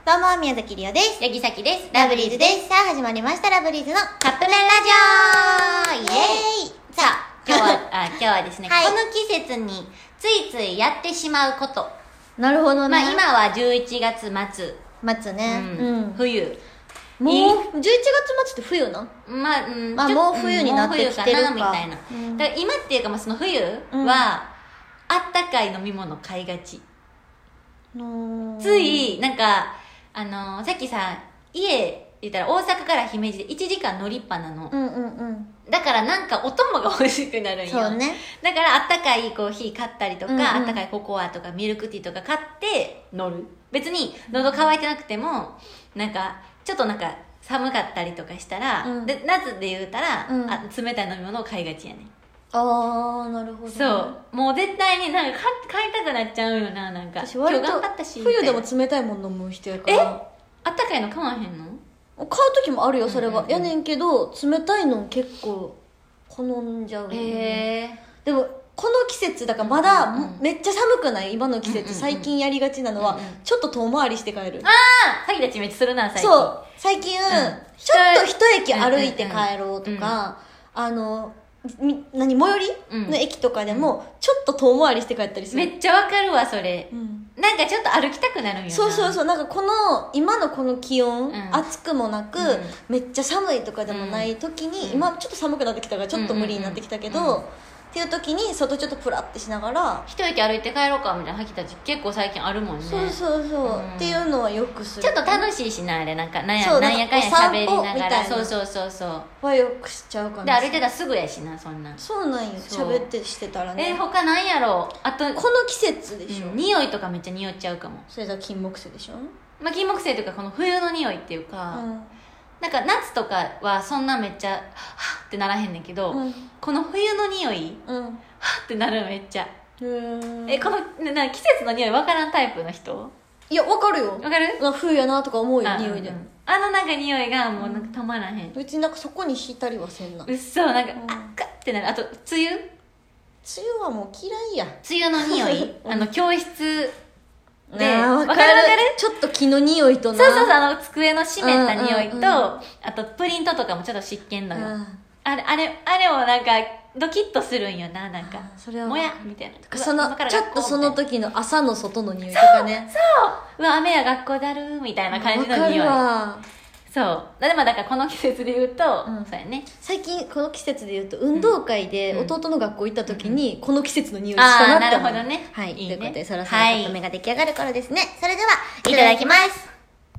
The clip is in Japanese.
どうも、宮崎りおです。 八木咲です。 ラブリーズです。さあ、始まりました、ラブリーズのカップ麺ラジオイエーイ。さあ、今日はですね、 はいこの季節についついやってしまうこと。 なるほどね。 まあ今は11月末。 末ね。 冬。 もう、11月末って冬な？ まあ、 もう冬になってきてるか。 もう冬かなみたいな。だから今っていうか、その冬は、あったかい飲み物買いがち。つい、なんか、さっきさ、家、言ったら大阪から姫路で1時間乗りっぱなの。だからなんかお供が美味しくなるんよ。 そうね。 だからあったかいコーヒー買ったりとか、あったかいココアとかミルクティーとか買って乗る。別に喉乾いてなくても、なんか、ちょっとなんか寒かったりとかしたら、で夏で言うたら、冷たい飲み物を買いがちやね。 あー、なるほど、ね。 そう。もう絶対になんか買いたくなっちゃうよな、なんか。 私割と今日頑張ったし。 冬でも冷たいもの飲む人やから。 あったかいの買わへんの？ 買う時もあるよ、それは。やねんけど、冷たいの結構好んじゃうよね。でも、この季節、だからまだ、めっちゃ寒くない？今の季節、最近やりがちなのは、ちょっと遠回りして帰る。 さっきたちめっちゃするな、最近。 そう。最近、ちょっと一駅歩いて帰ろうとか、最寄りの駅とかでも、ちょっと遠回りして帰ったりする。 めっちゃわかるわ、それ。なんかちょっと歩きたくなるんよな。 そうそうそう。なんか今のこの気温、暑くもなく、めっちゃ寒いとかでもない時に、今ちょっと寒くなってきたからちょっと無理になってきたけど、っていう時に外ちょっとプラってしながら一駅歩いて帰ろうかみたいな吐きたち結構最近あるもんね。 そうそうそう、っていうのはよくする。 ちょっと楽しいしな、あれ。なんやかんや喋りながら。そうそうそうそうはよくしちゃうかな。 で歩いてたらすぐやしな、そんな。 そうなんよ。喋ってしてたらね。 他なんやろう。あとこの季節でしょ、 匂いとかめっちゃ匂っちゃうかも。 それが金木犀でしょ。 まあ金木犀というかこの冬の匂いっていうか、なんか夏とかはそんなめっちゃはっってならへんねんけど、この冬の匂い、はっってなるのめっちゃ。この季節の匂い分からんタイプの人？ いや、分かるよ。 分かる？ 冬やなとか思うよ、匂いで。 なんか匂いがもうなんかたまらへん。 別になんかそこに浸りはせんな。 うっそ、なんかあっかってなる。あと梅雨はもう嫌いや。 梅雨の匂い教室で、 分かる。ちょっと木の匂いとな。 そうそうそう、机の湿った匂いと、あとプリントとかもちょっと湿気んのよ。あれもなんかドキッとするんよな、なんかそれはもやみたいな。 ちょっとその時の朝の外の匂いとかね。 そう、うわ雨や学校だるみたいな感じの匂い。そう。でもだからこの季節で言うと、そうやね。 最近この季節で言うと運動会で弟の学校行った時にこの季節の匂いしたなって思う。 なるほどね。 はい。ということでそろそろカップ麺が出来上がる頃ですね。それではいただきます。